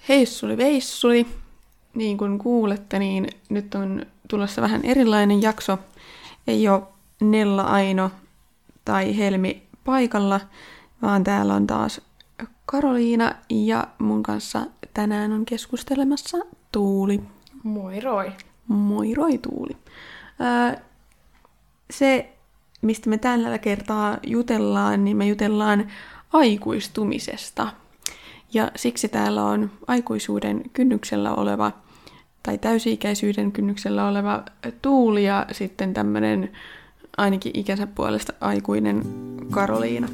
Heissuli veissuli. Niin kuin kuulette, niin nyt on tulossa vähän erilainen jakso. Ei ole Nella, Aino tai Helmi paikalla, vaan täällä on taas Karoliina ja mun kanssa tänään on keskustelemassa Tuuli. Moi roi. Moi roi Tuuli. Se, mistä me tällä kertaa jutellaan, niin me jutellaan aikuistumisesta. Ja siksi täällä on aikuisuuden kynnyksellä oleva, tai täysi-ikäisyyden kynnyksellä oleva Tuuli ja sitten tämmönen ainakin ikänsä puolesta aikuinen Karoliina.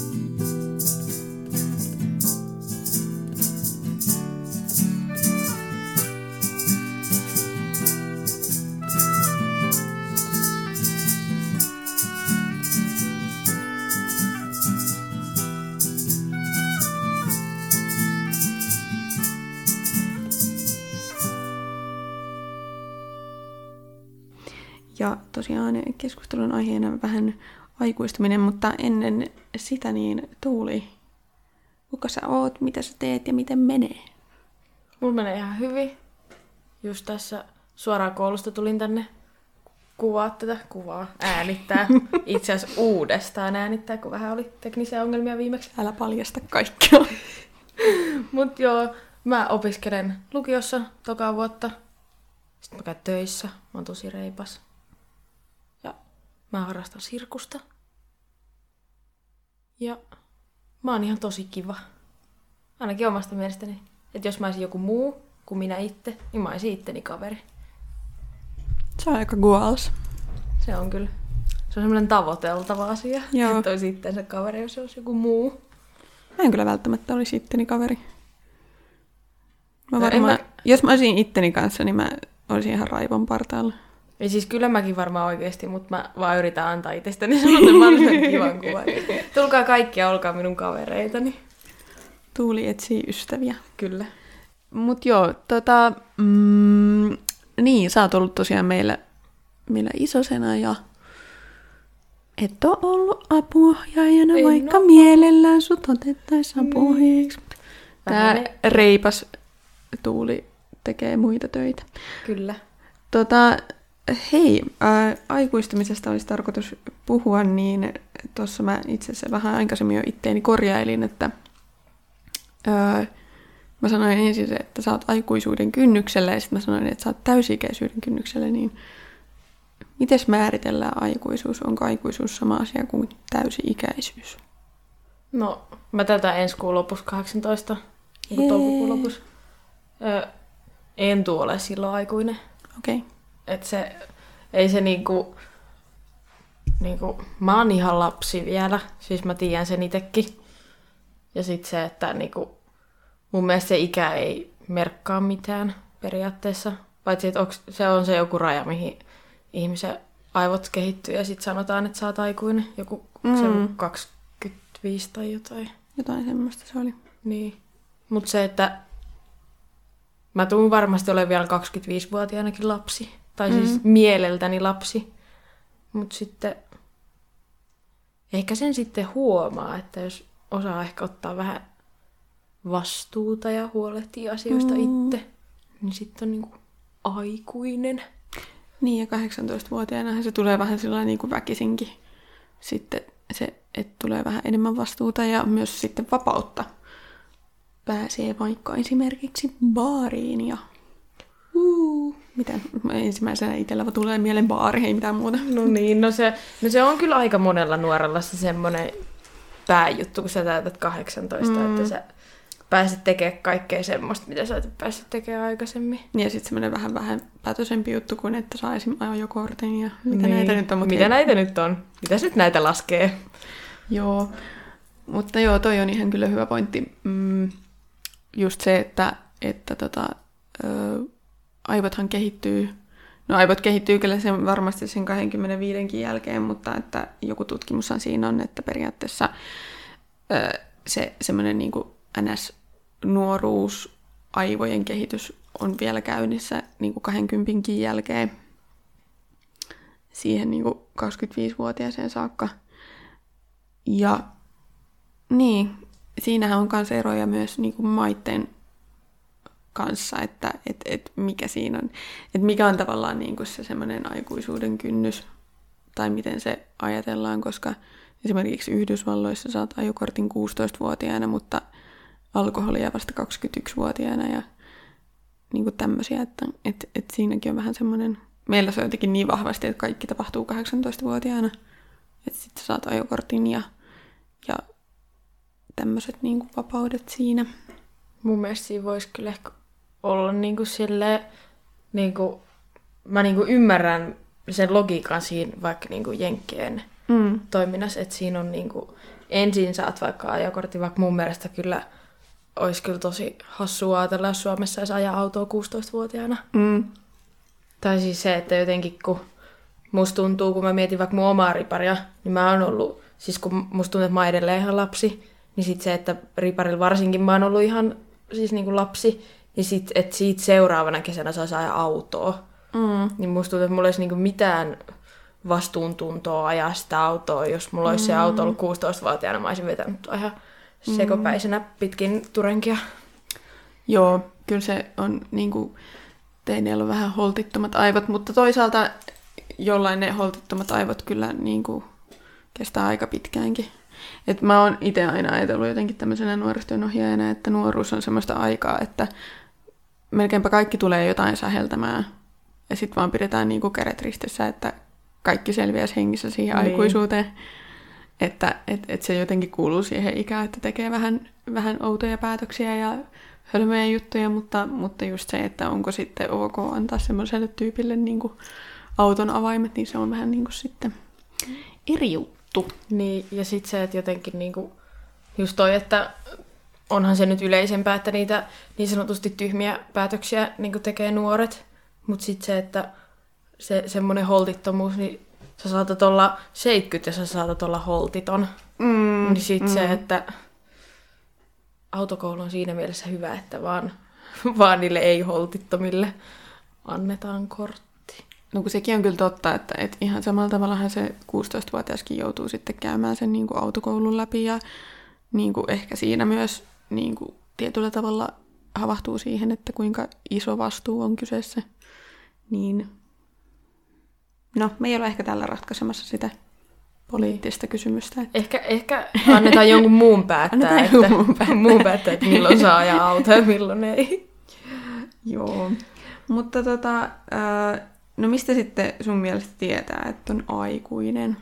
Ja tosiaan keskustelun aiheena vähän aikuistuminen, mutta ennen sitä niin Tuuli, kuka sä oot, mitä sä teet ja miten menee? Mulla menee ihan hyvin. Just tässä suoraan koulusta tulin tänne äänittää. Itse asiassa uudestaan äänittää, kun vähän oli teknisiä ongelmia viimeksi. Älä paljasta kaikkea. Mut joo, mä opiskelen lukiossa toka vuotta. Sitten mä käyn töissä. Mä oon tosi reipas. Ja mä harrastan sirkusta. Ja mä oon ihan tosi kiva. Ainakin omasta mielestäni. Että jos mä olisin joku muu kuin minä itse, niin mä olisin itteni kaveri. Se on aika goals. Se on kyllä. Se on semmoinen tavoiteltava asia. Joo. Että olisi itteensä kaveri, jos se olisi joku muu. Mä en kyllä välttämättä olisi itteni kaveri. Jos mä olisin itteni kanssa, niin mä olisin ihan raivon partaalla. Ja siis kyllä mäkin varmaan oikeasti, mutta mä vaan yritän antaa itsestäni sellaisen mahdollisimman kivan kuvan. Tulkaa kaikki ja olkaa minun kavereitani. Tuuli etsii ystäviä. Kyllä. Mut joo, niin, sä oot ollut tosiaan meillä isosena ja et oo ollut apuohjaajana, vaikka mielellään sut otettais apuohjaajaksi. Tää reipas Tuuli tekee muita töitä. Kyllä. Hei, aikuistumisesta olisi tarkoitus puhua, niin tuossa mä itse asiassa vähän aikaisemmin jo itteeni korjailin, että mä sanoin ensin, että sä oot aikuisuuden kynnyksellä ja sitten mä sanoin, että sä oot täysi-ikäisyyden kynnyksellä, niin mites määritellään aikuisuus? Onko aikuisuus sama asia kuin täysi-ikäisyys? No, mä täytän ensi kuun lopussa 18, toukokuun lopussa. En ole silloin aikuinen. Okei. Että se, ei se niinku, mä oon ihan lapsi vielä, siis mä tiedän sen itekin. Ja sit se, että niinku, mun mielestä se ikä ei merkkaa mitään periaatteessa. Paitsi, että se on se joku raja, mihin ihmisen aivot kehittyy ja sit sanotaan, että sä oot aikuinen. Joku se 25 tai jotain. Jotain semmoista se oli. Niin. Mut se, että mä tuun varmasti olemaan vielä 25-vuotiaanakin lapsi. Tai siis mieleltäni lapsi. Mut sitten ehkä sen sitten huomaa, että jos osaa ehkä ottaa vähän vastuuta ja huolehtii asioista itse, niin sitten on niinku aikuinen. Niin, ja 18-vuotiaanahan se tulee vähän sellainen niin kuin väkisinkin. Sitten se, että tulee vähän enemmän vastuuta ja myös sitten vapautta. Pääsee vaikka esimerkiksi baariin ja mitä ensimmäisenä itsellä tulee mieleen baari, ei mitään muuta. No niin, se on kyllä aika monella nuorella se semmoinen pääjuttu, kun sä täytät 18, että sä pääset tekemään kaikkea semmoista, mitä sä et päässyt tekemään aikaisemmin. Ja sitten semmoinen vähän päätösempi juttu kuin, että saa esimerkiksi ajokortin ja mitä näitä nyt on. Mitä näitä nyt on? Mitäs nyt näitä laskee? Joo, mutta joo, toi on ihan kyllä hyvä pointti. Just se, että aivothan kehittyy. No aivot kehittyy kyllä sen varmasti sen 25 jälkeen, mutta että joku tutkimushan siinä on, että periaatteessa se semmoinen niin kuin NS-nuoruus, aivojen kehitys on vielä käynnissä niin kuin 20 jälkeen siihen niin kuin 25-vuotiaaseen saakka. Ja niin, siinähän on myös eroja myös niin kuin maitten kanssa, että mikä siinä on, että mikä on tavallaan niin kuin se semmoinen aikuisuuden kynnys, tai miten se ajatellaan, koska esimerkiksi Yhdysvalloissa saat ajokortin 16-vuotiaana, mutta alkoholia vasta 21-vuotiaana ja niin kuin tämmöisiä, että siinäkin on vähän semmoinen, meillä se on jotenkin niin vahvasti, että kaikki tapahtuu 18-vuotiaana, että sitten saat ajokortin ja tämmöiset niin kuin vapaudet siinä. Mun mielestä siinä voisi kyllä ehkä olla niin kuin silleen, niin kuin, mä niin kuin ymmärrän sen logiikan siinä vaikka niin kuin jenkkien toiminnassa, että siinä on niin kuin, ensin saat vaikka ajokortti, vaikka mun mielestä kyllä olisi kyllä tosi hassua ajatella, jos Suomessa edes ajaa autoa 16-vuotiaana. Tai siis se, että jotenkin kun musta tuntuu, kun mä mietin vaikka mun omaa riparia, niin mä oon ollut, siis kun musta tuntuu, että mä oon edelleen ihan lapsi, niin sit se, että riparilla varsinkin mä oon ollut ihan siis niin kuin lapsi, niin sit, että siitä seuraavana kesänä saisi ajaa autoa. Niin musta tuntuu, että mulla olisi niin kuin mitään vastuuntuntoa ajaa sitä autoa. Jos mulla olisi se auto ollut 16-vuotiaana, mä olisin vetänyt ihan sekopäisenä pitkin Turenkia. Joo, kyllä se on niin kuin teineillä on vähän holtittomat aivot, mutta toisaalta jollain ne holtittomat aivot kyllä niin kuin kestää aika pitkäänkin. Et mä oon itse aina ajatellut jotenkin tämmöisenä nuorisotyönohjaajana, että nuoruus on semmoista aikaa, että melkeinpä kaikki tulee jotain säheltämään. Ja sitten vaan pidetään niinku kädet ristissä, että kaikki selviäisi hengissä siihen aikuisuuteen. Että se jotenkin kuuluu siihen ikään, että tekee vähän outoja päätöksiä ja hölmöjä juttuja, mutta just se, että onko sitten ok antaa semmoiselle tyypille niinku auton avaimet, niin se on vähän niinku sitten eri juttu. Niin, ja sitten se, että jotenkin niinku, just toi, että onhan se nyt yleisempää, että niitä niin sanotusti tyhmiä päätöksiä niinku tekee nuoret, mutta sitten se, että se semmoinen holtittomuus, niin sä saatat olla 70 ja sä saatat olla holtiton. Niin sitten se, että autokoulu on siinä mielessä hyvä, että vaan niille ei-holtittomille annetaan kortti. No kun sekin on kyllä totta, että ihan samalla tavallahan se 16-vuotiaskin joutuu sitten käymään sen niin kuin autokoulun läpi ja niin kuin ehkä siinä myös niin kuin tietyllä tavalla havahtuu siihen, että kuinka iso vastuu on kyseessä. Niin no, me ei ole ehkä tällä ratkaisemassa sitä poliittista kysymystä. Että Ehkä annetaan jonkun muun päättää, että milloin saa ajaa autoa ja milloin ei. Joo, mutta no mistä sitten sun mielestä tietää, että on aikuinen?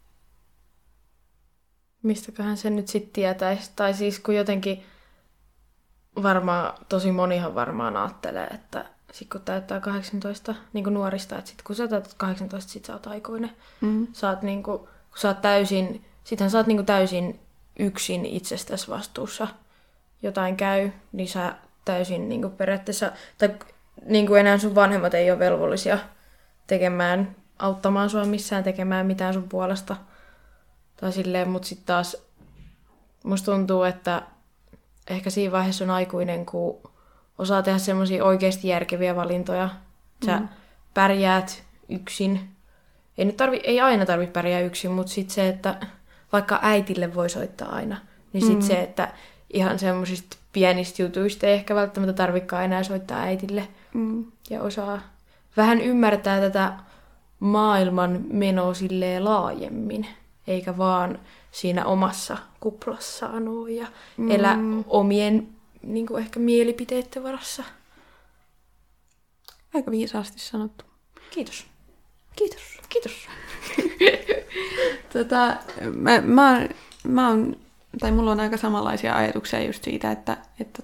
Mistäköhän se nyt sitten tietäisi? Tai siis kun jotenkin varmaan, tosi monihan varmaan ajattelee, että sit kun täyttää 18, niin kuin nuorista, että sit kun sä täytät 18, sit sä oot aikuinen. Saat niinku, kun sä oot täysin, sittenhän sä oot niinku täysin yksin itsestäsi vastuussa. Jotain käy, niin sä täysin niinku periaatteessa, tai niinku enää sun vanhemmat ei ole velvollisia auttamaan sua missään, tekemään mitään sun puolesta. Tai silleen, mutta sitten taas musta tuntuu, että ehkä siinä vaiheessa on aikuinen, kun osaa tehdä semmoisia oikeasti järkeviä valintoja. Sä pärjäät yksin. Ei aina tarvitse pärjää yksin, mutta sitten se, että vaikka äitille voi soittaa aina, niin sitten se, että ihan semmoisista pienistä jutuista ei ehkä välttämättä tarvitsekaan enää soittaa äitille. Ja osaa vähän ymmärtää tätä maailman menoa silleen laajemmin, eikä vaan siinä omassa kuplassaan ole ja elä omien niin kuin ehkä mielipiteiden varassa. Aika viisaasti sanottu. Kiitos. Mulla on aika samanlaisia ajatuksia just siitä, että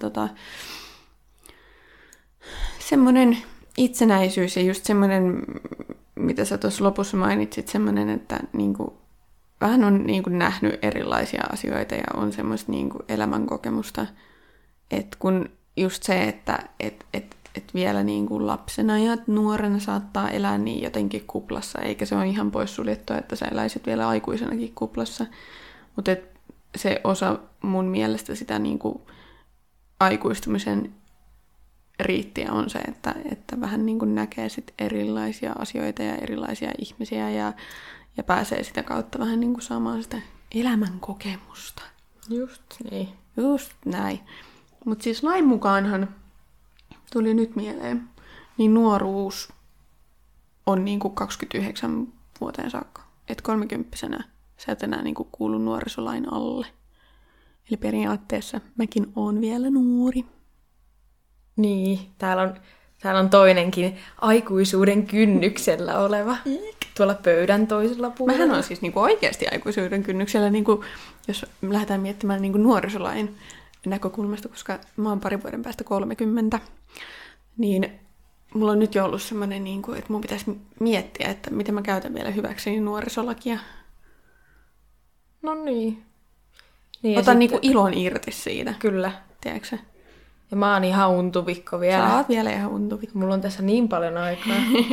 semmoinen itsenäisyys ja just semmoinen, mitä sä tuossa lopussa mainitsit, semmoinen, että niinku, vähän on niinku nähnyt erilaisia asioita ja on semmoista niinku elämänkokemusta, että kun just se, että vielä niinku lapsena ja nuorena saattaa elää niin jotenkin kuplassa, eikä se ole ihan poissuljettua, että sä eläisit vielä aikuisenakin kuplassa, mutta se osa mun mielestä sitä niinku aikuistumisen riittiä on se, että vähän niin kuin näkee sit erilaisia asioita ja erilaisia ihmisiä ja pääsee sitä kautta vähän niin kuin saamaan sitä elämän kokemusta. Just niin. Just näin. Mutta siis lain mukaanhan tuli nyt mieleen, niin nuoruus on niinku 29 vuoteen saakka. Et 30-vuotiaana sä et enää niinku kuulu nuorisolain alle. Eli periaatteessa mäkin oon vielä nuori. Niin, täällä on toinenkin aikuisuuden kynnyksellä oleva tuolla pöydän toisella puolella. Mähän on siis niinku oikeasti aikuisuuden kynnyksellä, niinku, jos lähdetään miettimään niinku nuorisolain näkökulmasta, koska mä oon parin vuoden päästä 30, niin mulla on nyt jo ollut semmoinen, niinku, että mun pitäisi miettiä, että miten mä käytän vielä hyväkseni nuorisolakia. No niin. Otan niinku ilon irti siitä. Kyllä. Tiedätkö? Ja mä oon ihan untuvikko vielä. Sä oot vielä ihan untuvikko. Mulla on tässä niin paljon aikaa.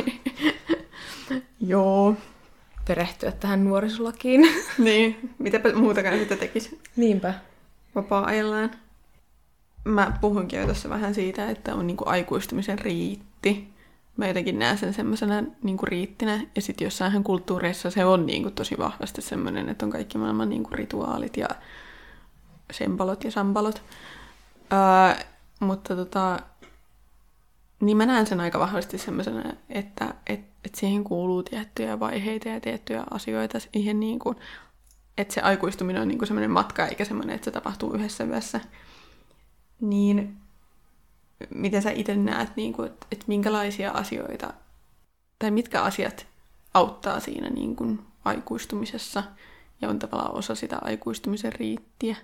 Joo. Perehtyä tähän nuorisolakiin. Niin, mitäpä muutakaan sitä tekisi. Niinpä. Vapaa-ajallaan. Mä puhunkin jo tuossa vähän siitä, että on niinku aikuistumisen riitti. Mä jotenkin näen sen semmoisena niinku riittinä. Ja sitten jossain kulttuureissa se on niinku tosi vahvasti semmoinen, että on kaikki maailman niinku rituaalit ja sempalot ja sampalot. Mutta niin mä näen sen aika vahvasti semmoisena, että siihen kuuluu tiettyjä vaiheita ja tiettyjä asioita siihen niinku, että se aikuistuminen on niinku semmoinen matka eikä semmoinen, että se tapahtuu yhdessä yössä. Niin miten sä itse näet, niinku, että minkälaisia asioita tai mitkä asiat auttaa siinä niinku aikuistumisessa ja on tavallaan osa sitä aikuistumisen riittiä?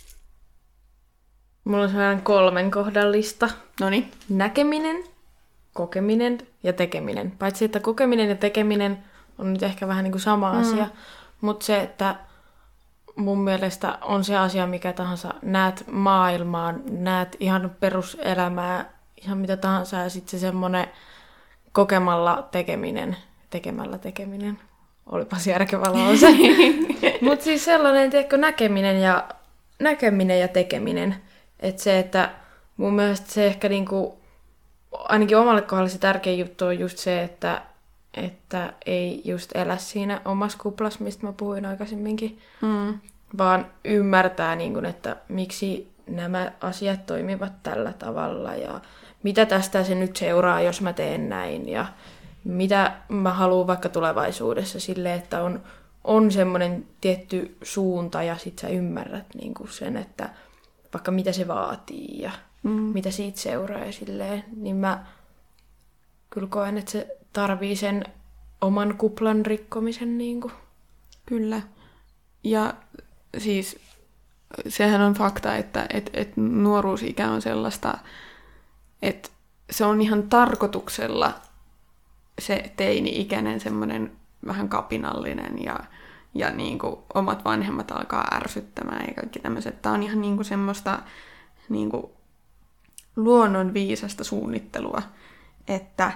Mulla on sellainen 3 kohdan lista. Noniin. Näkeminen, kokeminen ja tekeminen. Paitsi, että kokeminen ja tekeminen on nyt ehkä vähän niin kuin sama asia. Mutta se, että mun mielestä on se asia, mikä tahansa. Näet maailmaan, näet ihan peruselämää, ihan mitä tahansa. Ja sitten se semmoinen kokemalla tekeminen, tekemällä tekeminen. Olipas järkevä lause. Mutta siis sellainen, tiedätkö, näkeminen ja tekeminen. Että se, että mun mielestä se ehkä niinku, ainakin omalle kohdalle se tärkein juttu on just se, että ei just elä siinä omassa kuplassa, mistä mä puhuin aikaisemminkin, vaan ymmärtää, niinku, että miksi nämä asiat toimivat tällä tavalla ja mitä tästä se nyt seuraa, jos mä teen näin ja mitä mä haluan vaikka tulevaisuudessa silleen, että on semmoinen tietty suunta ja sit sä ymmärrät niinku sen, että vaikka mitä se vaatii ja mitä siitä seuraa ja silleen, niin mä kyllä koen, että se tarvii sen oman kuplan rikkomisen. Niinku. Kyllä. Ja siis sehän on fakta, että nuoruusikä on sellaista, että se on ihan tarkoituksella se teini-ikäinen semmoinen vähän kapinallinen ja niin kuin omat vanhemmat alkaa ärsyttämään ja kaikki tämmöiset. Tämä on ihan niin kuin semmoista niin kuin luonnonviisasta suunnittelua, että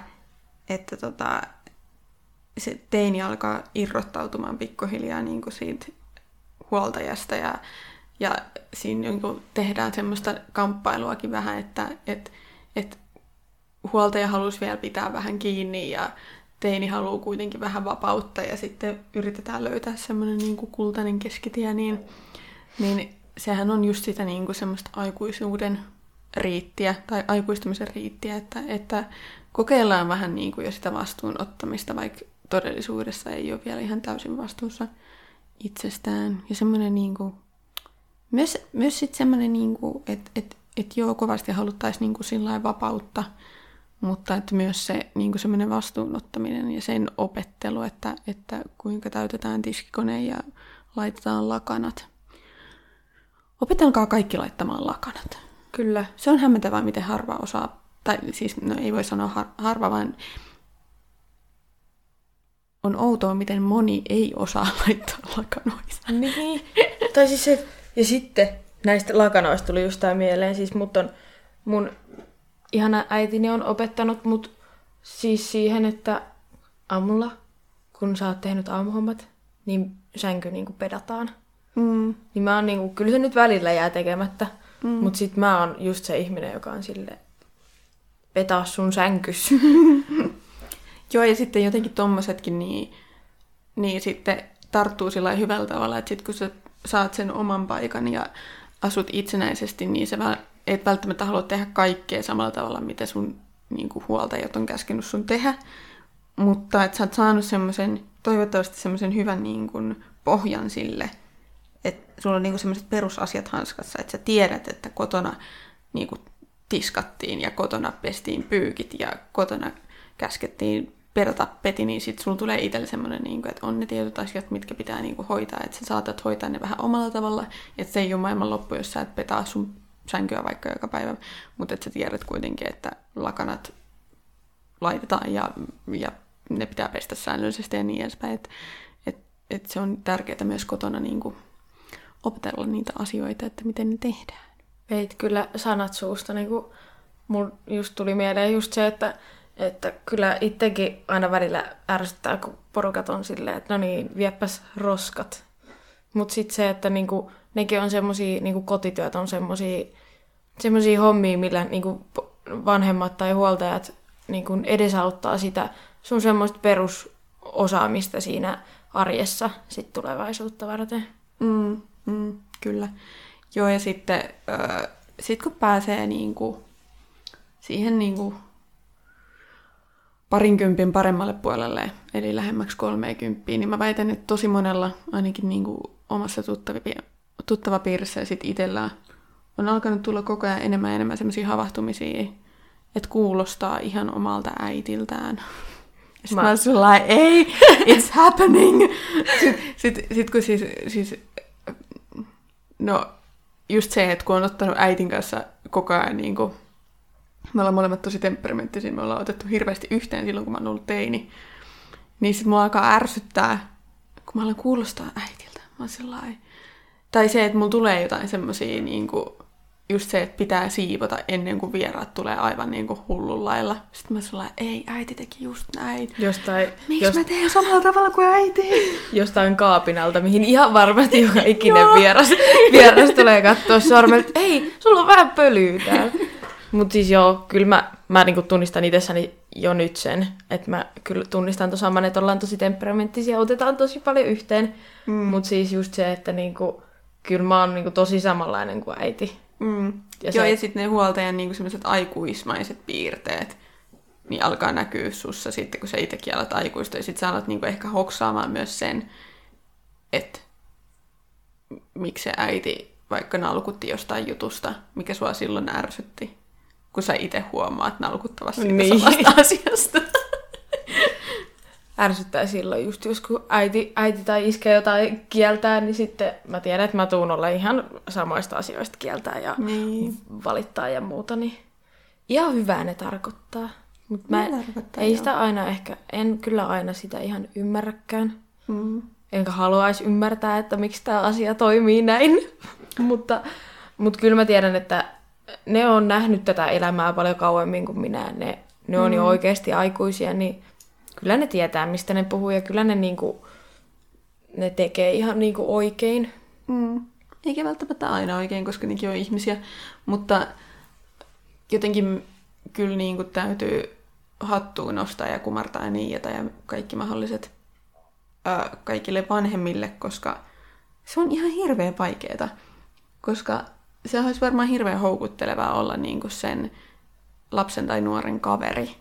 se teini alkaa irrottautumaan pikkuhiljaa niin kuin siitä huoltajasta ja siinä niin kuin tehdään semmoista kamppailuakin vähän, että huoltaja halusi vielä pitää vähän kiinni ja teini haluaa kuitenkin vähän vapautta ja sitten yritetään löytää semmoinen niin kuin kultainen keskitie, niin sehän on just sitä niin kuin semmoista aikuisuuden riittiä tai aikuistumisen riittiä, että kokeillaan vähän niin kuin jo sitä vastuun ottamista, vaikka todellisuudessa ei ole vielä ihan täysin vastuussa itsestään. Ja semmoinen niin kuin, myös sitten semmoinen, niin kuin, että joo, kovasti haluttaisiin niin kuin sillain vapautta, mutta että myös se niin kuin semmoinen vastuunottaminen ja sen opettelu, että kuinka täytetään tiskikone ja laitetaan lakanat. Opetelkaa kaikki laittamaan lakanat. Kyllä. Se on hämmentävää, miten harva osaa, tai siis no ei voi sanoa harva, vaan on outoa, miten moni ei osaa laittaa lakanoista. Niin. Tai siis se, ja sitten näistä lakanoista tuli just tää mieleen, siis mun ihana äitini on opettanut mut siis siihen, että aamulla, kun sä oot tehnyt aamuhommat, niin sänky niinku pedataan. Niin mä oon niinku, kyllä se nyt välillä jää tekemättä, mut sit mä oon just se ihminen, joka on silleen, petaa sun sänkys. Joo, ja sitten jotenkin tommosetkin, niin sitten tarttuu sillä hyvällä tavalla, että sit kun sä saat sen oman paikan ja asut itsenäisesti, niin se et välttämättä halua tehdä kaikkea samalla tavalla, mitä sun niin kuin huoltajat on käskenyt sun tehdä, mutta että sä oot saanut toivottavasti semmoisen hyvän niin kuin pohjan sille, että sulla on niin kuin semmoiset perusasiat hanskassa, että sä tiedät, että kotona niin kuin tiskattiin ja kotona pestiin pyykit ja kotona käskettiin pertappeti, niin sitten sulla tulee itselle semmoinen, niin kuin, että on ne tietyt asiat, mitkä pitää niin kuin hoitaa, että sä saatat hoitaa ne vähän omalla tavalla, että se ei ole maailman loppu, jos sä et petaa sun sänkyä vaikka joka päivä, mutta että sä tiedät kuitenkin, että lakanat laitetaan ja ne pitää pestä säännöllisesti ja niin edespäin, että se on tärkeää myös kotona niin kuin opetella niitä asioita, että miten ne tehdään. Veit kyllä sanat suusta. Niin kuin mun just tuli mieleen just se, että kyllä itsekin aina välillä ärsyttää, kun porukat on silleen, että no niin, vieppäs roskat. Mutta sitten se, että niinku, nekin on semmosia, niinku kotityöt on semmosia hommia, millä niinku vanhemmat tai huoltajat niinku edesauttaa sitä sun semmoista perusosaamista siinä arjessa sit tulevaisuutta varten. Kyllä. Joo, ja sitten kun pääsee niinku siihen niinku parinkympin paremmalle puolelle, eli lähemmäksi 30, niin mä väitän, että tosi monella, ainakin niinku omassa tuttavapiirissä ja sitten itsellä, on alkanut tulla koko ajan enemmän ja enemmän semmoisia havahtumisia, että kuulostaa ihan omalta äitiltään. Sitten mä oon sellainen, ei, it's happening! Sitten kun no just se, että kun on ottanut äitin kanssa koko ajan niinku, me ollaan molemmat tosi temperamenttisia, me ollaan otettu hirveästi yhteen silloin, kun mä oon ollut teini. Niin sit mua alkaa ärsyttää, kun mä alan kuulostaa äitiltä. Mä oon sellainen. Tai se, että mulla tulee jotain semmosia, niinku, just se, että pitää siivota ennen kuin vieraat tulee aivan niinku hullun lailla. Sitten mä oon sellainen, ei, äiti teki just näin. Miksi mä teen samalla tavalla kuin äiti? Jostain kaapinalta, mihin ihan varmasti joka ikinen vieras tulee katsoa sormelta, ei, sulla on vähän pölyä täällä. Mutta siis joo, kyllä mä niinku tunnistan itsessäni jo nyt sen, että mä kyllä tunnistan tuon saman, että ollaan tosi temperamenttisia, otetaan tosi paljon yhteen. Mutta siis just se, että niinku, kyllä mä oon niinku tosi samanlainen kuin äiti. Ja sitten ne huoltajan niinku sellaiset aikuismaiset piirteet, niin alkaa näkyä sussa sitten, kun sä itsekin alat aikuistua. Ja sitten sä alat niinku ehkä hoksaamaan myös sen, että miksi se äiti vaikka nalkutti jostain jutusta, mikä sua silloin ärsytti. Kun sä itse huomaat nalkuttavasti siitä samasta asiasta. Ärsyttää silloin just, jos kun äiti tai iskä jotain kieltää, niin sitten mä tiedän, että mä tuun olla ihan samoista asioista kieltää ja valittaa ja muuta. Niin ihan hyvää ne tarkoittaa. Mutta ei sitä aina ehkä, en kyllä aina sitä ihan ymmärräkään. Enkä haluaisi ymmärtää, että miksi tämä asia toimii näin. Mutta kyllä mä tiedän, että ne on nähnyt tätä elämää paljon kauemmin kuin minä. Ne on jo oikeasti aikuisia, niin kyllä ne tietää, mistä ne puhuu. Ja kyllä ne, niinku, ne tekee ihan niinku oikein. Eikä välttämättä aina oikein, koska nekin on ihmisiä. Mutta jotenkin kyllä niinku täytyy hattuun nostaa ja kumartaa ja niiata ja kaikki mahdolliset kaikille vanhemmille, koska se on ihan hirveän vaikeeta. Koska se olisi varmaan hirveän houkuttelevaa olla niinku sen lapsen tai nuoren kaveri.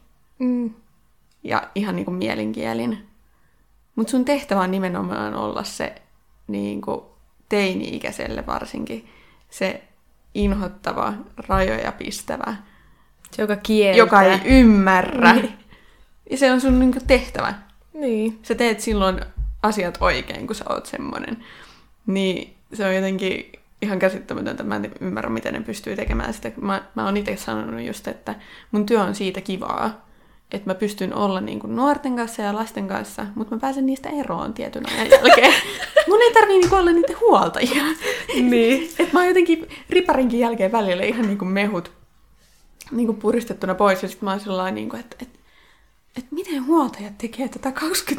Ja ihan niinku mielinkielin. Mutta sun tehtävä on nimenomaan olla se niinku teini-ikäiselle varsinkin se inhottava, rajoja pistävä. Se, joka kieltää. Joka ei ymmärrä. Ja se on sun niinku tehtävä. Niin. Sä teet silloin asiat oikein, kun sä oot semmonen. Niin se on jotenkin ihan käsittämätöntä. Mä en ymmärrä, miten ne pystyy tekemään sitä. Mä oon itse sanonut just, että mun työ on siitä kivaa, että mä pystyn olla niin kuin nuorten kanssa ja lasten kanssa, mutta mä pääsen niistä eroon tietyn ajan jälkeen. Mun ei tarvii niin kuin olla niiden huoltajia. Niin. Että mä oon jotenkin riparinkin jälkeen välillä ihan niin kuin mehut niin kuin puristettuna pois. Ja sit mä oon sellainen, niin kuin, että miten huoltajat tekee tätä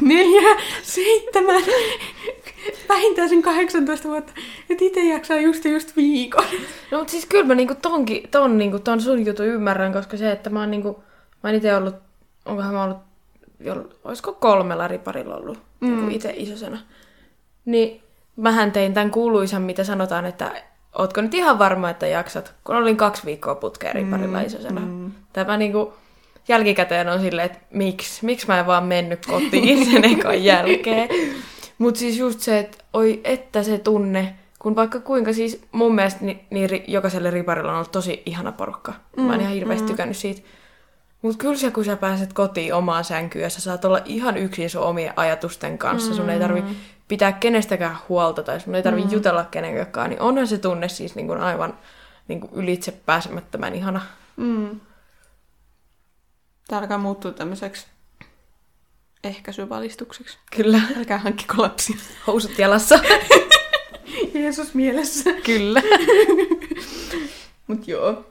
24/7, vähintään sen 18 vuotta, että itse jaksaa just viikon. No mutta siis kyllä mä niinku ton sun jutun ymmärrän, koska se, että mä oon itse ollut, onkohan mä ollut, olisiko 3 riparilla ollut niinku itse isosena. Niin mähän tein tämän kuuluisan, mitä sanotaan, että ootko nyt ihan varma, että jaksat? Kun olin 2 viikkoa putkeen riparilla isosena. Tämä niinku jälkikäteen on silleen, että miksi mä en vaan mennyt kotiin sen ekan jälkeen. Mutta siis just se, että oi, että se tunne, kun vaikka kuinka siis mun mielestä jokaiselle riparilla on ollut tosi ihana porukka. Mä oon ihan hirveästi tykännyt siitä. Mutta kyllä se, kun sä pääset kotiin omaan sänkyyn ja sä saat olla ihan yksin sun omien ajatusten kanssa, sun ei tarvi pitää kenestäkään huolta tai sun ei tarvi jutella kenenkään, niin onhan se tunne siis niin kuin aivan niin kuin ylitse pääsemättömän ihana. Tämä alkaa muuttua tämmöiseksi ehkäisyvalistukseksi. Kyllä. Älkää hankkiko lapsia. Housut jalassa. Jeesus mielessä. Kyllä. Mut joo.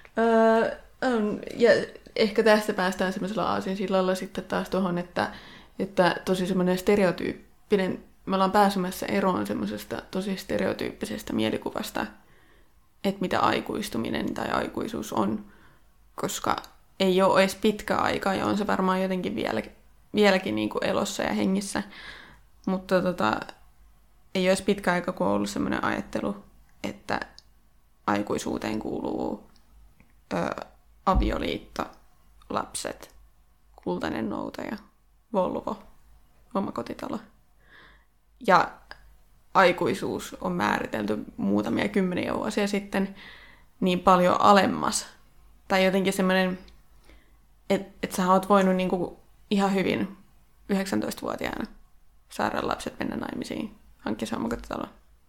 Ja ehkä tästä päästään semmoisella aasinsillalla sitten taas tuohon, että tosi semmoinen stereotyyppinen, me ollaan pääsemässä eroon semmoisesta tosi stereotyyppisestä mielikuvasta, että mitä aikuistuminen tai aikuisuus on, koska ei ole edes pitkä aika ja on se varmaan jotenkin vieläkin niin kuin elossa ja hengissä, mutta ei ole edes pitkä aika, kun on ollut semmoinen ajattelu, että aikuisuuteen kuuluu avioliitto, lapset, kultainen noutaja, Volvo, omakotitalo. Ja aikuisuus on määritelty muutamia kymmeniä vuosia sitten niin paljon alemmas. Tai jotenkin semmoinen, että sä oot voinut niinku ihan hyvin 19-vuotiaana saada lapset mennä naimisiin, hankkia se omakotitalo.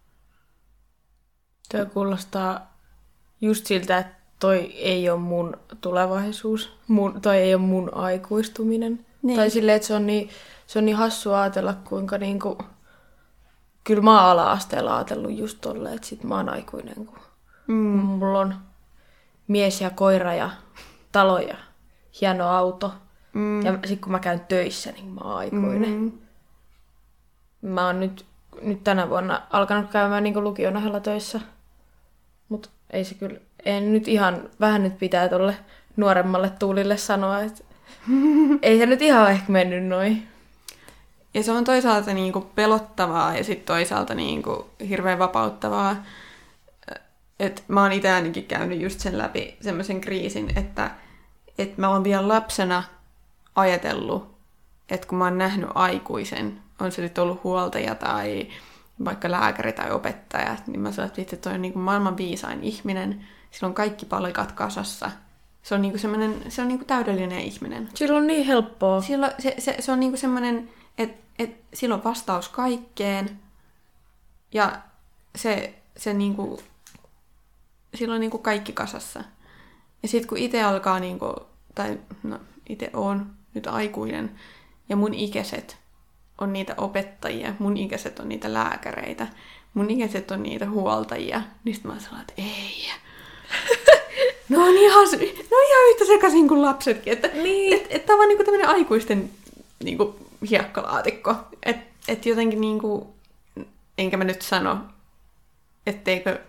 Tuo kuulostaa just siltä, että toi ei ole mun tulevaisuus, toi ei ole mun aikuistuminen. Niin. Tai silleen, että se on niin hassua ajatella, kuinka niinku, kyllä mä oon ala-asteella ajatellut just tolleen, että sit mä oon aikuinen, kun mulla on mies ja koira ja talo ja hieno auto. Ja sit kun mä käyn töissä, niin mä oon aikuinen. Mä oon nyt tänä vuonna alkanut käymään niinku lukion ohella töissä, mut ei se kyllä, en nyt ihan, vähän nyt pitää tolle nuoremmalle tuulille sanoa, että ei se nyt ihan ehkä mennyt noin. Ja se on toisaalta niinku pelottavaa ja sitten toisaalta niinku hirveän vapauttavaa. Et mä oon itse ainakin käynyt just sen läpi semmoisen kriisin, että mä oon vielä lapsena ajatellut, että kun mä oon nähnyt aikuisen, on se nyt ollut huoltaja tai vaikka lääkäri tai opettaja, niin mä sanon, että toi on niinku maailman viisain ihminen, sillä on kaikki palikat kasassa. Se on niinku semmoinen, se on niinku täydellinen ihminen. Sillä on niin helppoa. Se on niinku semmoinen, että sillä on vastaus kaikkeen ja se niinku, sillä on niinku kaikki kasassa. Ja sitten kun itse alkaa niinku, tai no itse oon nyt aikuinen ja mun ikäiset on niitä opettajia, mun ikäiset on niitä lääkäreitä, mun ikäiset on niitä huoltajia, niin sitten mä sanon, että ei. No on ihan yhtä sekaisin kuin lapsetkin. Että niin. Tämä on niinku tämmöinen aikuisten niinku hiekkalaatikko. Että jotenkin niinku, enkä mä nyt sano, ettenkö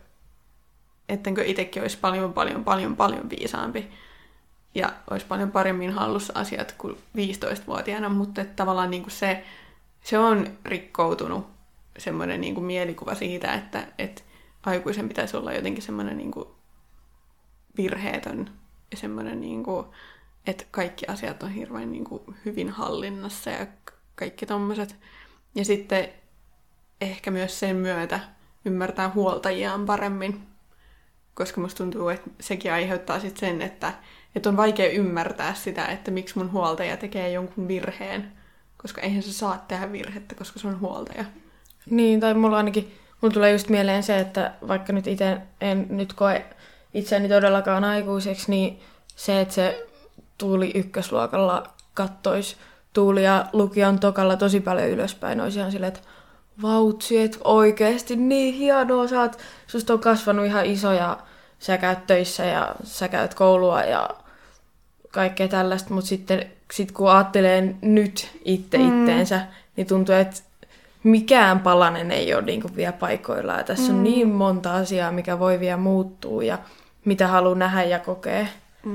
itsekin olisi paljon viisaampi. Ja olisi paljon paremmin hallussa asiat kuin 15-vuotiaana, mutta että tavallaan niinku se on rikkoutunut semmoinen niinku mielikuva siitä, että aikuisen pitäisi olla jotenkin semmoinen niinku virheetön ja semmoinen, niinku, että kaikki asiat on hirveän niinku hyvin hallinnassa ja kaikki tommoset. Ja sitten ehkä myös sen myötä ymmärtää huoltajiaan paremmin, koska musta tuntuu, että sekin aiheuttaa sitten sen, että on vaikea ymmärtää sitä, että miksi mun huoltaja tekee jonkun virheen, koska eihän se saa tehdä virhettä, koska se on huoltaja. Niin, tai mulla tulee just mieleen se, että vaikka nyt itse en nyt koe itseäni todellakaan aikuiseksi, niin se, että se Tuuli ykkösluokalla kattoisi Tuulia lukion tokalla tosi paljon ylöspäin, olisi ihan silleen, että vautsi, että oikeesti niin hienoa, susta on kasvanut ihan iso ja sä käyt töissä ja sä käyt koulua ja kaikkea tällaista, mutta sitten kun ajattelee nyt itteensä, niin tuntuu, että mikään palanen ei ole niinku vielä paikoillaan. Ja tässä on niin monta asiaa, mikä voi vielä muuttua ja mitä haluaa nähdä ja kokea.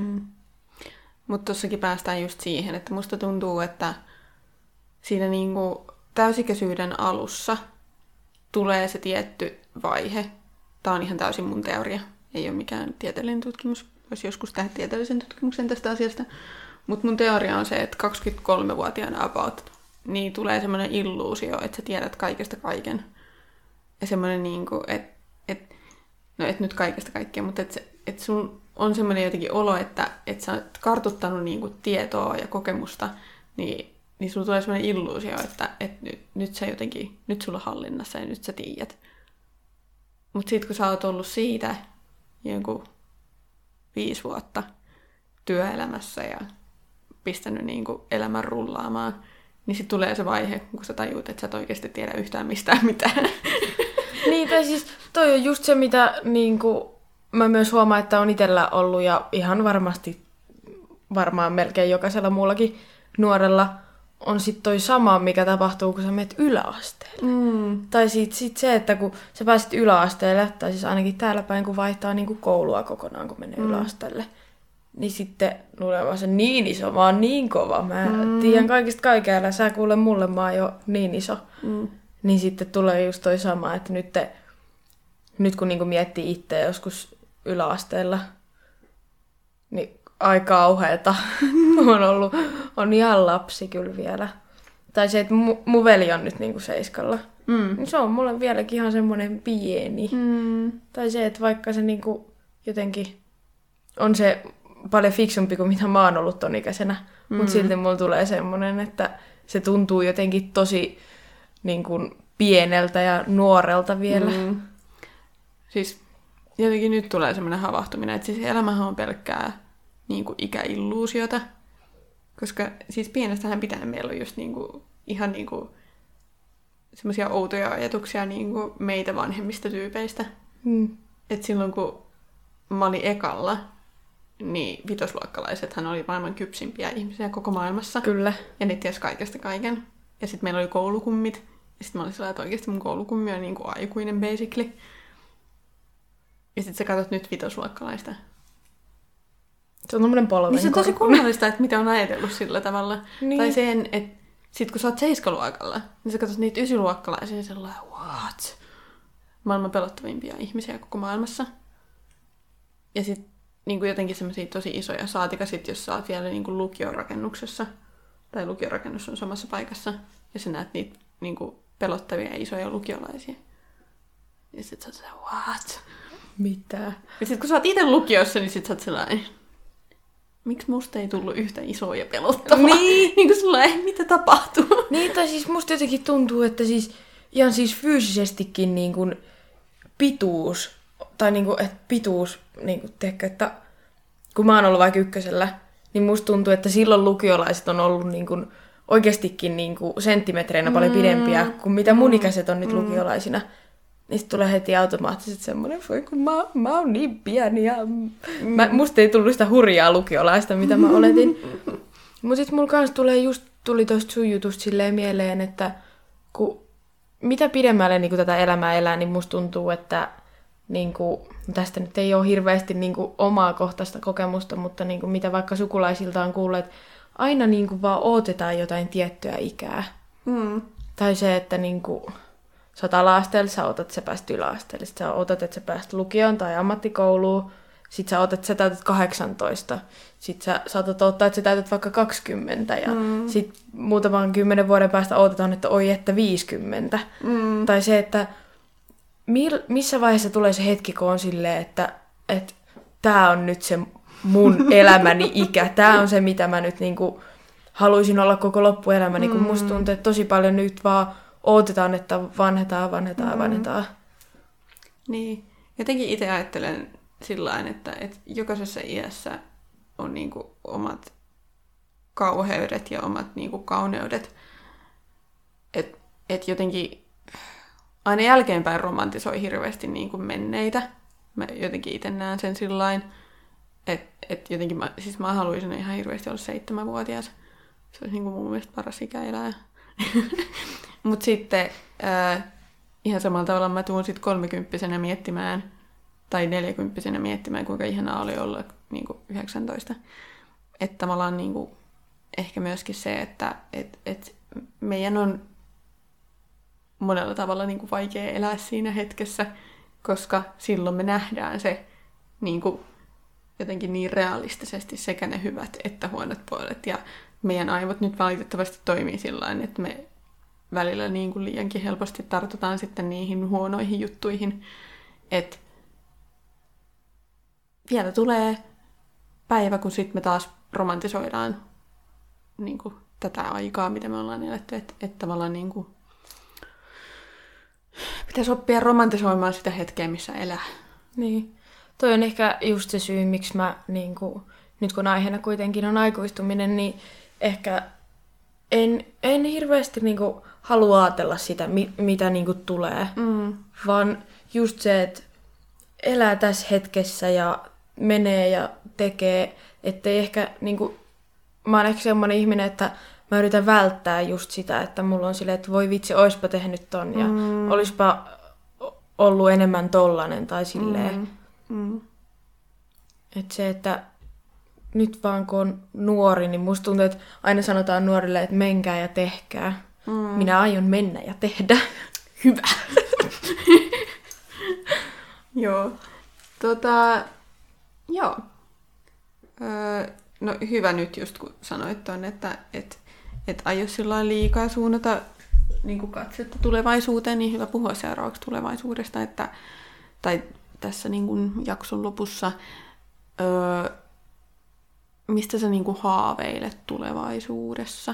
Mutta tossakin päästään just siihen, että musta tuntuu, että siinä niinku täysikäisyyden alussa tulee se tietty vaihe tämä on ihan täysin mun teoria. Ei ole mikään tieteellinen tutkimus. Voisi joskus tehdä tieteellisen tutkimuksen tästä asiasta. Mutta mun teoria on se, että 23-vuotiaana about, niin tulee semmoinen illuusio, että sä tiedät kaikesta kaiken. Ja semmoinen niinku, että no et nyt kaikesta kaikkea, mutta että sun on semmoinen jotenkin olo, että sä oot kartuttanut niinku tietoa ja kokemusta, niin sulla tulee semmoinen illuusio, että nyt sä jotenkin, nyt sulla on hallinnassa ja nyt sä tiedät. Mutta sitten kun sä oot ollut siitä jonkun 5 vuotta työelämässä ja pistänyt niinku elämän rullaamaan, niin sitten tulee se vaihe, kun sä tajuut, että sä et oikeasti tiedä yhtään mistään mitään. Niin, tai siis toi on just se, mitä niinku, mä myös huomaan, että on itsellä ollut ja ihan varmaan melkein jokaisella muullakin nuorella on sitten toi sama, mikä tapahtuu, kun sä menet yläasteelle. Tai sit se, että kun sä pääset yläasteelle, tai siis ainakin täällä päin, kun vaihtaa niinku koulua kokonaan, kun menee yläasteelle, niin sitten luulee vaan se niin iso, mä oon niin kova, mä tiedän kaikista kaikella, sä kuule mulle, mä oon jo niin iso. Niin sitten tulee just toi sama, että nyt kun niinku miettii itse joskus yläasteella, niin aika kauheeta on ihan lapsi kyllä vielä. Tai se, että mun veli on nyt niinku 7. Niin se on mulle vieläkin ihan semmoinen pieni. Tai se, että vaikka se niinku jotenkin on se paljon fiksumpi kuin mitä mä oon ollut ton ikäisenä, mutta silti mulla tulee semmoinen, että se tuntuu jotenkin tosi niin kuin pieneltä ja nuorelta vielä. Siis jotenkin nyt tulee semmoinen havahtuminen, että siis elämähän on pelkkää niin kuin ikäilluusiota, koska siis pienestähän pitäen meillä on just niin kuin, ihan niin kuin semmoisia outoja ajatuksia niin kuin meitä vanhemmista tyypeistä. Että silloin kun mä olin ekalla, niin vitosluokkalaisethan oli maailman kypsimpiä ihmisiä koko maailmassa. Kyllä. Ja ne ties kaikesta kaiken. Ja sitten meillä oli koulukummit. Ja sitten mä olin sellainen, että oikeasti mun koulukummi on niin kuin aikuinen basically. Ja sitten sä katsot nyt vitosluokkalaista. Se on tommonen polven niin se on tosi kummallista, että mitä on ajatellut sillä tavalla. Niin. Tai sen, että sit kun sä oot 7-luokalla, niin sä katsot niitä 9-luokkalaisia ja sellainen, what? Maailman pelottavimpia ihmisiä koko maailmassa. Ja sitten niin kuin jotenkin semmoisia tosi isoja, saatika sit, jos sä oot vielä niin kuin lukiorakennuksessa, tai lukiorakennus on samassa paikassa, ja sä näet niitä niin kuin pelottavia isoja lukiolaisia. Ja sit sä oot sellainen, what? Mitä? Ja sit kun sä oot ite lukiossa, niin sit sä oot sellainen, miksi musta ei tullut yhtä isoa ja pelottavaa? Niin. Niin kuin sulla ei, mitä tapahtuu? Niin, tai siis musta jotenkin tuntuu, että siis ihan siis fyysisestikin niin kuin pituus, tai niin kuin, että pituus, niin kuin teekö, että kun mä oon ollut vaikka 1, niin musta tuntuu, että silloin lukiolaiset on ollut niin kuin oikeastikin niin kuin senttimetreinä paljon pidempiä kuin mitä mun ikäiset on nyt lukiolaisina. Niin sit tulee heti automaattisesti semmoinen, kun mä oon niin pieni ja musta ei tullut sitä hurjaa lukiolaista, mitä mä oletin. Mut sit mulla kans tuli tosta sun jutusta silleen mieleen, että kun mitä pidemmälle niin tätä elämää elää, niin musta tuntuu, että niin kuin, tästä nyt ei ole hirveästi niin kuin omaa kohtaista kokemusta, mutta niin kuin, mitä vaikka sukulaisilta on kuullut, että aina niin kuin, vaan odotetaan jotain tiettyä ikää. Tai se, että niin kuin, sä oot ala-asteella, sä odotat, että sä pääst yläasteelle. Sitten sä odotat, että sä pääst lukioon tai ammattikouluun. Sitten sä odotat, että sä täytät 18. Sitten sä saatat odottaa, että sä täytät vaikka 20. Ja sitten muutaman 10 vuoden päästä odotetaan, että oi, että 50. Tai se, että missä vaiheessa tulee se hetki, kun on silleen, että tää on nyt se mun elämäni ikä. Tää on se, mitä mä nyt niinku haluaisin olla koko loppuelämäni. Kun musta tuntuu, että tosi paljon nyt vaan odotetaan, että vanhetaan. Niin. Jotenkin itse ajattelen sillain, että jokaisessa iässä on niinku omat kauheudet ja omat niinku kauneudet. Et jotenkin aina jälkeenpäin romantisoi hirveästi niinku menneitä. Mä jotenkin itse näen sen sillain, että jotenkin mä haluaisin ihan hirveästi olla 7-vuotias. Se olisi niinku mun mielestä paras ikä elää. Mutta sitten ihan samalla tavalla mä tuun sitten 30-vuotiaana miettimään, tai 40-vuotiaana miettimään, kuinka ihanaa oli olla niinku 19. Että tavallaan niinku, ehkä myöskin se, että meidän on monella tavalla niinku vaikea elää siinä hetkessä, koska silloin me nähdään se niin kuin, jotenkin niin realistisesti sekä ne hyvät että huonot puolet. Ja meidän aivot nyt valitettavasti toimii sillain, että me välillä niin kuin liiankin helposti tartutaan sitten niihin huonoihin juttuihin. Että vielä tulee päivä, kun sitten me taas romantisoidaan niin kuin tätä aikaa, mitä me ollaan eletty. Että tavallaan niin kuin pitäisi oppia romantisoimaan sitä hetkeä, missä elää. Niin. Toi on ehkä just se syy, miksi mä, niin kuin, nyt kun aiheena kuitenkin on aikuistuminen, niin ehkä en hirveästi niin kuin, halua ajatella sitä, mitä niin kuin, tulee. Vaan just se, että elää tässä hetkessä ja menee ja tekee, ettei ehkä, niin kuin, mä oon ehkä semmoinen ihminen, että mä yritän välttää just sitä, että mulla on silleen, että voi vitsi, oispa tehnyt ton ja olispa ollut enemmän tollanen tai silleen. Että se, että nyt vaan kun on nuori, niin musta tuntuu, että aina sanotaan nuorille, että menkää ja tehkää. Minä aion mennä ja tehdä. Hyvä. Joo. Joo. No hyvä nyt just kun sanoit ton, että et aio sillä liikaa suunnata niin kuin katsetta tulevaisuuteen, niin hyvä puhua seuraavaksi tulevaisuudesta, tai tässä niin kuin jakson lopussa, mistä sä niin kuin haaveilet tulevaisuudessa?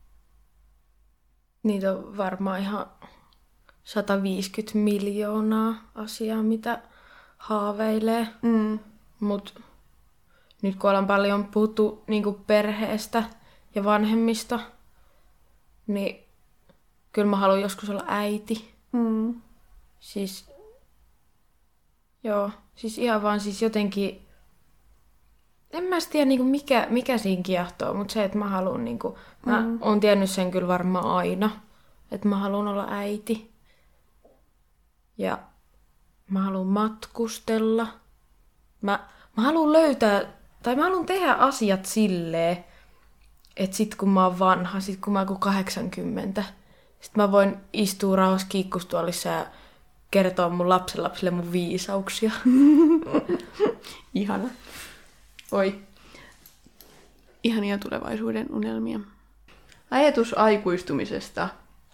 Niitä on varmaan ihan 150 miljoonaa asiaa, mitä haaveilee. Mut nyt kun ollaan paljon puhuttu niin kuin perheestä ja vanhemmista, niin kyllä mä haluan joskus olla äiti. Siis, joo, siis ihan vaan siis jotenkin, en mä tiedä niin kuin mikä siinä kiehtoo, mutta se, että mä haluan, niin kuin, mä oon tiennyt sen kyllä varmaan aina, että mä haluan olla äiti. Ja mä haluan matkustella. Mä haluan löytää, tai mä haluan tehdä asiat silleen, että sit kun mä oon vanha, sit kun mä oon 80, sit mä voin istua rauhassa kiikkustuolissa ja kertoa mun lapsenlapsille mun viisauksia. Ihana. Oi. Ihania tulevaisuuden unelmia. Ajatus aikuistumisesta,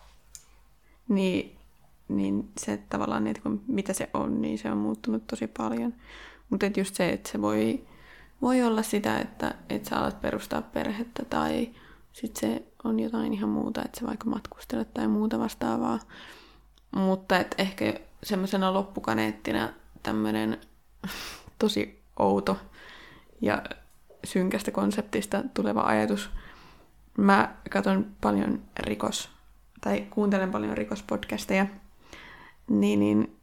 niin se tavallaan, että mitä se on, niin se on muuttunut tosi paljon. Mutta just se, että se voi olla sitä, että sä alat perustaa perhettä, tai sitten se on jotain ihan muuta, että sä vaikka matkustelet tai muuta vastaavaa. Mutta et ehkä semmoisena loppukaneettina tämmöinen tosi outo ja synkästä konseptista tuleva ajatus. Mä katson paljon kuuntelen paljon rikospodcasteja, niin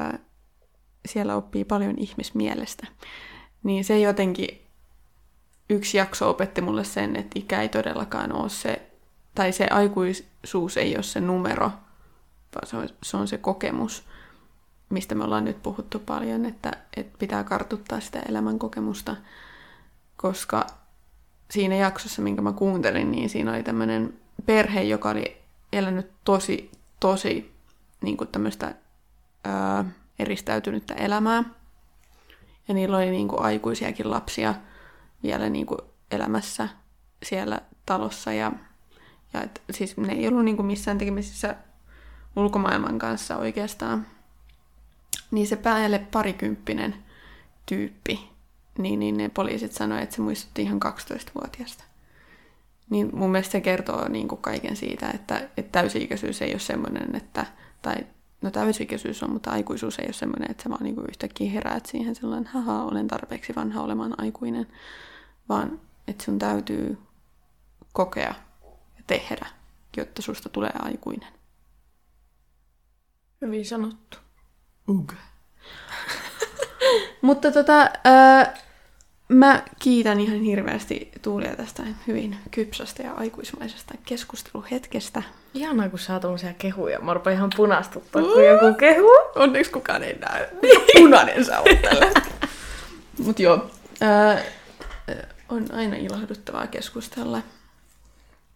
siellä oppii paljon ihmismielestä. Niin se jotenkin, yksi jakso opetti mulle sen, että ikä ei todellakaan ole se, tai se aikuisuus ei ole se numero, vaan se on se kokemus, mistä me ollaan nyt puhuttu paljon, että pitää kartuttaa sitä elämän kokemusta, koska siinä jaksossa, minkä mä kuuntelin, niin siinä oli tämmöinen perhe, joka oli elänyt tosi niin kuin tämmöistä eristäytynyttä elämää. Ja niillä oli niin kuin aikuisiakin lapsia vielä niin kuin elämässä siellä talossa. Ja siis ne ei ollut niin kuin missään tekemisissä ulkomaailman kanssa oikeastaan. Niin se päälle parikymppinen tyyppi, niin ne poliisit sanoi, että se muistutti ihan 12-vuotiaasta. Niin mun mielestä se kertoo niin kuin kaiken siitä, että täysi-ikäisyys ei ole semmoinen, no täysi-ikäisyys on, mutta aikuisuus ei ole semmoinen, että sä vaan niin kuin yhtäkkiä heräät siihen sellainen, olen tarpeeksi vanha olemaan aikuinen, vaan että sun täytyy kokea ja tehdä, jotta susta tulee aikuinen. Hyvin sanottu. Mutta mä kiitän ihan hirveästi Tuulia tästä hyvin kypsästä ja aikuismaisesta keskusteluhetkestä. Ihanaa, kun saa tommosia kehuja. Mä rupean ihan punastuttaa, kun joku kehu. Onneksi kukaan ei näe. Punainen sä oot tällä. Mut joo, on aina ilahduttavaa keskustella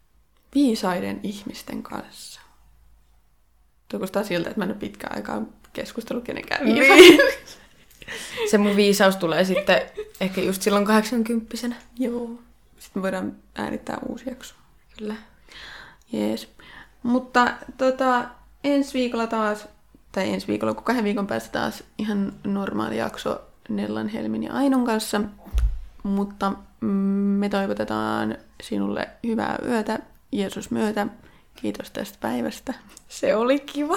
viisaiden ihmisten kanssa. Tuo kuulostaa siltä, että mä en ole pitkään aikaa keskustelu kenenkään Niin. viisaus. Se mun viisaus tulee sitten ehkä just silloin 80-vuotiaana. Joo. Sitten me voidaan äänittää uusi jakso. Kyllä. Jees. Mutta ensi viikolla taas, tai ensi viikolla, kun 2 viikon päästä taas ihan normaali jakso Nellan, Helmin ja Ainon kanssa. Mutta me toivotetaan sinulle hyvää yötä, Jeesus myötä. Kiitos tästä päivästä. Se oli kiva.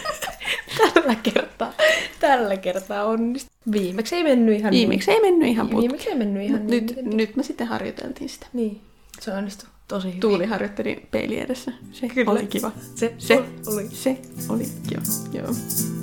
Tällä kertaa onnistui. Viimeksi ei mennyt ihan Nyt me sitten harjoiteltiin sitä. Niin, se onnistui tosi hyvin. Tuuli harjoitteli peili edessä. Se Kyllä. oli kiva. Se oli. Se oli kiva. Joo.